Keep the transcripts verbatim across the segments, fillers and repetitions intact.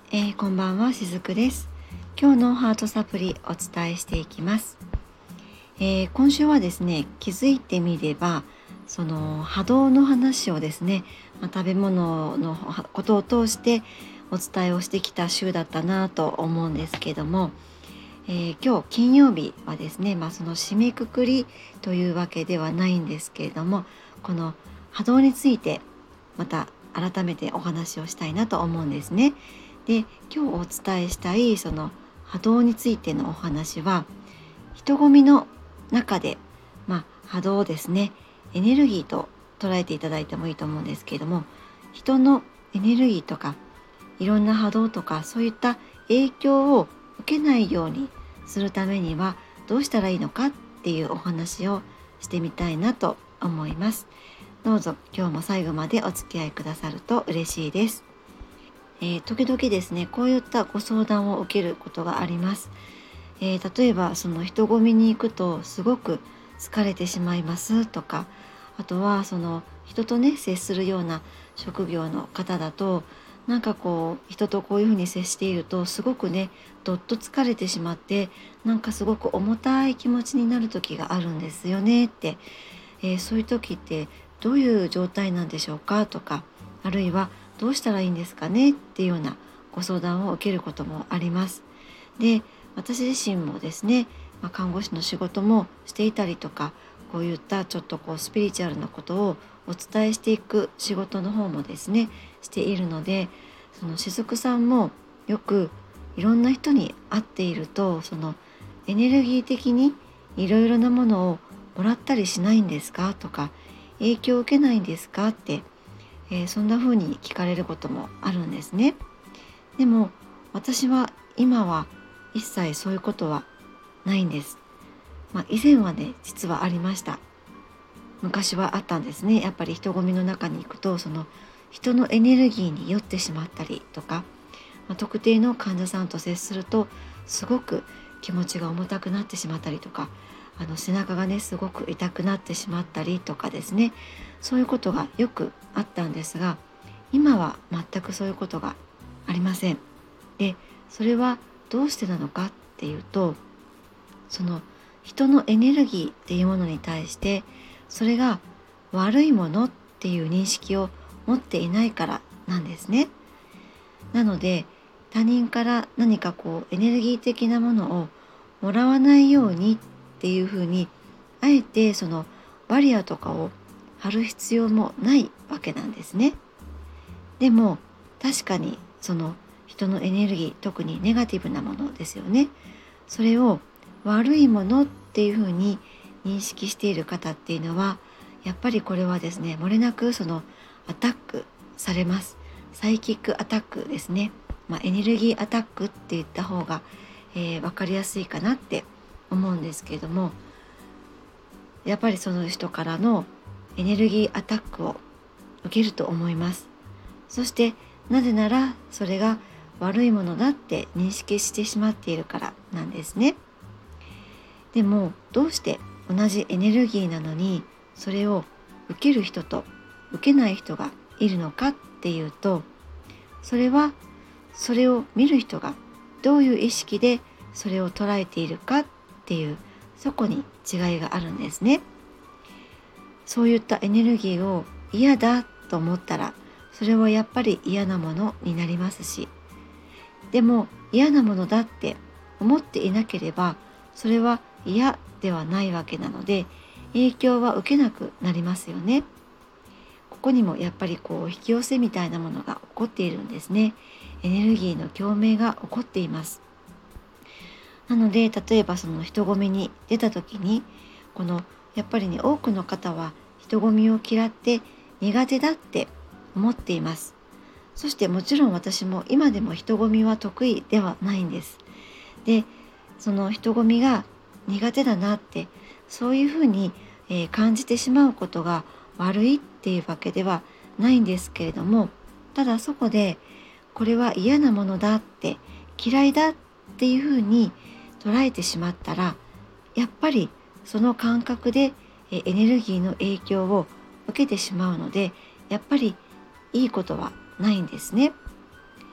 えー、こんばんは、しずくです。今日のハートサプリお伝えしていきます。えー、今週はですね、気づいてみればその波動の話をですね、まあ、食べ物のことを通してお伝えをしてきた週だったなと思うんですけども、えー、今日金曜日はですね、まあ、その締めくくりというわけではないんですけれども、この波動についてまた改めてお話をしたいなと思うんですね。で、今日お伝えしたいその波動についてのお話は、人混みの中で、まあ、波動をですね、エネルギーと捉えていただいてもいいと思うんですけれども、人のエネルギーとかいろんな波動とかそういった影響を受けないようにするためにはどうしたらいいのかっていうお話をしてみたいなと思います。どうぞ今日も最後までお付き合いくださると嬉しいです。えー、時々ですね、こういったご相談を受けることがあります。えー、例えばその人混みに行くとすごく疲れてしまいますとか、あとはその人とね接するような職業の方だと、なんかこう人とこういうふうに接しているとすごくねどっと疲れてしまって、なんかすごく重たい気持ちになる時があるんですよねって、えーそういう時ってどういう状態なんでしょうかとか、あるいはどうしたらいいんですかねっていうようなご相談を受けることもあります。で、私自身もですね、まあ、看護師の仕事もしていたりとか、こういったちょっとこうスピリチュアルなことをお伝えしていく仕事の方もですねしているので、そのしずくさんもよくいろんな人に会っていると、そのエネルギー的にいろいろなものをもらったりしないんですかとか、影響を受けないんですかって、えーそんな風に聞かれることもあるんですね。でも私は今は一切そういうことはないんです。まあ、以前はね実はありました。昔はあったんですね。やっぱり人混みの中に行くと、その人のエネルギーに酔ってしまったりとか、まあ、特定の患者さんと接するとすごく気持ちが重たくなってしまったりとか、あの背中がねすごく痛くなってしまったりとかですね、そういうことがよくあったんですが、今は全くそういうことがありません。で、それはどうしてなのかっていうと、その人のエネルギーっていうものに対してそれが悪いものっていう認識を持っていないからなんですね。なので、他人から何かこうエネルギー的なものをもらわないようにっていうふうに、あえてそのバリアとかを張る必要もないわけなんですね。でも確かにその人のエネルギー、特にネガティブなものですよね、それを悪いものっていうふうに認識している方っていうのは、やっぱりこれはですね、漏れなくそのアタックされます。サイキックアタックですね。まあ、エネルギーアタックって言った方が、えー、分かりやすいかなって思うんですけれども、やっぱりその人からのエネルギーアタックを受けると思います。そしてなぜならそれが悪いものだって認識してしまっているからなんですね。でもどうして同じエネルギーなのにそれを受ける人と受けない人がいるのかっていうと、それはそれを見る人がどういう意識でそれを捉えているかっていう、そこに違いがあるんですね。そういったエネルギーを嫌だと思ったら、それはやっぱり嫌なものになりますし、でも嫌なものだって思っていなければそれは嫌ではないわけなので、影響は受けなくなりますよね。ここにもやっぱりこう引き寄せみたいなものが起こっているんですね。エネルギーの共鳴が起こっています。なので例えばその人混みに出た時に、このやっぱりね多くの方は人混みを嫌って苦手だって思っています。そしてもちろん私も今でも人混みは得意ではないんです。で、その人混みが苦手だなって、そういうふうに、えー感じてしまうことが悪いっていうわけではないんですけれども、ただそこでこれは嫌なものだって、嫌いだっていうふうに捉えてしまったら、やっぱりその感覚でえーエネルギーの影響を受けてしまうので、やっぱりいいことはないんですね。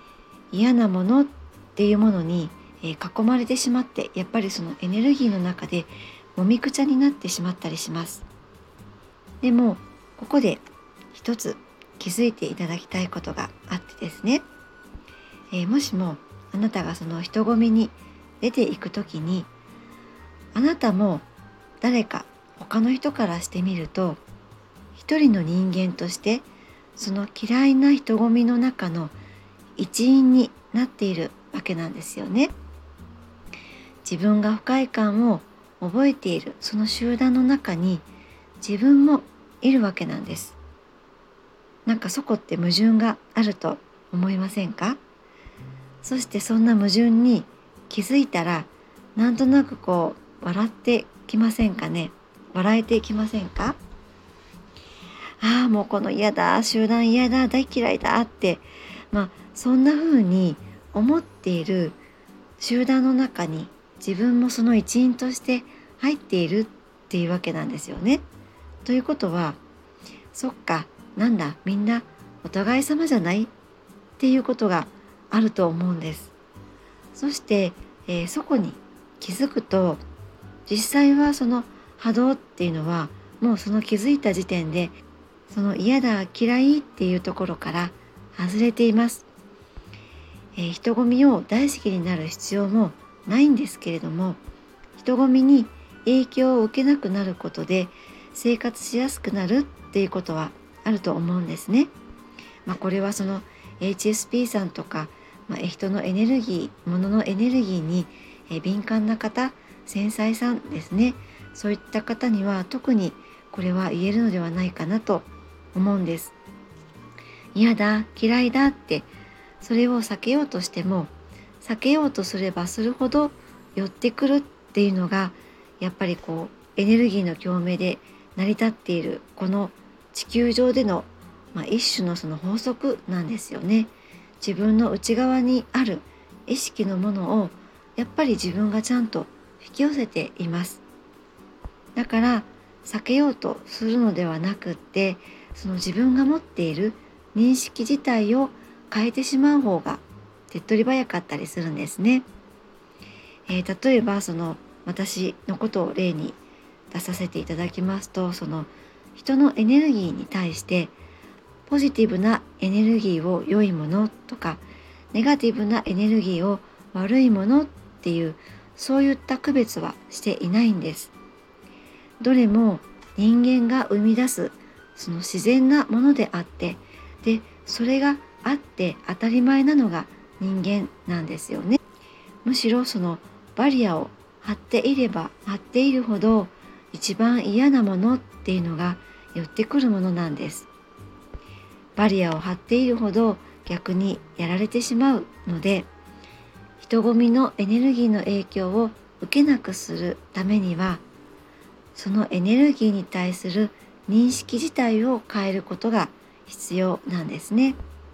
嫌なものっていうものに、えー囲まれてしまって、やっぱりそのエネルギーの中でもみくちゃになってしまったりします。でもここで一つ気づいていただきたいことがあってですね、えーもしもあなたがその人混みに出ていくときに、あなたも誰か他の人からしてみると一人の人間としてその嫌いな人混みの中の一員になっているわけなんですよね。自分が不快感を覚えているその集団の中に自分もいるわけなんです。なんかそこって矛盾があると思いませんか？そしてそんな矛盾に気づいたら、なんとなくこう笑ってきませんかね。笑えてきませんか？ああ、もうこの嫌だ、集団嫌だ、大嫌いだって、まあそんな風に思っている集団の中に自分もその一員として入っているっていうわけなんですよね。ということは、そっか、なんだ、みんなお互い様じゃないっていうことがあると思うんです。そして、えーそこに気づくと、実際はその波動っていうのはもうその気づいた時点でその嫌だ嫌いっていうところから外れています。えー人混みを大好きになる必要もないんですけれども、人混みに影響を受けなくなることで生活しやすくなるっていうことはあると思うんですね。まあ、これはその エイチエスピー さんとか、まあ、人のエネルギー、物のエネルギーにえー敏感な方、繊細さんですね。そういった方には特にこれは言えるのではないかなと思うんです。嫌だ、嫌いだってそれを避けようとしても、避けようとすればするほど寄ってくるっていうのが、やっぱりこうエネルギーの共鳴で成り立っているこの地球上での、まあ、一種のその法則なんですよね。自分の内側にある意識のものをやっぱり自分がちゃんと引き寄せています。だから避けようとするのではなくって、その自分が持っている認識自体を変えてしまう方が手っ取り早かったりするんですね。えー例えばその私のことを例に出させていただきますと、その人のエネルギーに対してポジティブなエネルギーを良いものとか、ネガティブなエネルギーを悪いものっていう、そういった区別はしていないんです。どれも人間が生み出すその自然なものであって、でそれがあって当たり前なのが人間なんですよね。むしろそのバリアを張っていれば張っているほど、一番嫌なものっていうのが寄ってくるものなんです。バリアを張っているほど逆にやられてしまうので、人混みのエネルギーの影響を受けなくするためには、そのエネルギーに対する認識自体を変えることが必要なんですね。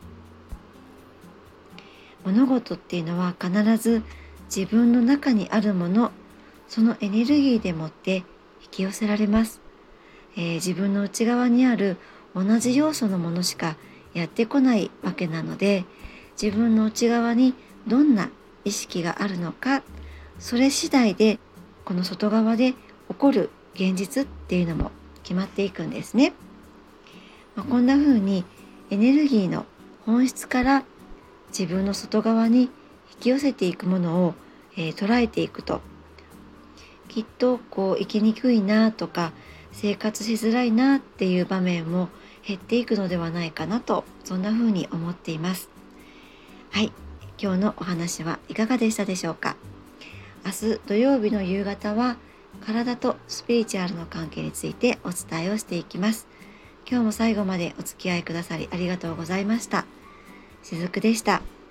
物事っていうのは必ず自分の中にあるもの、そのエネルギーでもって引き寄せられます。えー自分の内側にある同じ要素のものしかやってこないわけなので、自分の内側にどんな意識があるのか、それ次第でこの外側で起こる現実っていうのも決まっていくんですね。まあ、こんな風にエネルギーの本質から自分の外側に引き寄せていくものを、えー捉えていくと、きっとこう生きにくいなとか生活しづらいなっていう場面も減っていくのではないかなと、そんな風に思っています。はい、今日のお話はいかがでしたでしょうか。明日土曜日の夕方は体とスピリチュアルの関係についてお伝えをしていきます。今日も最後までお付き合いくださりありがとうございました。しずくでした。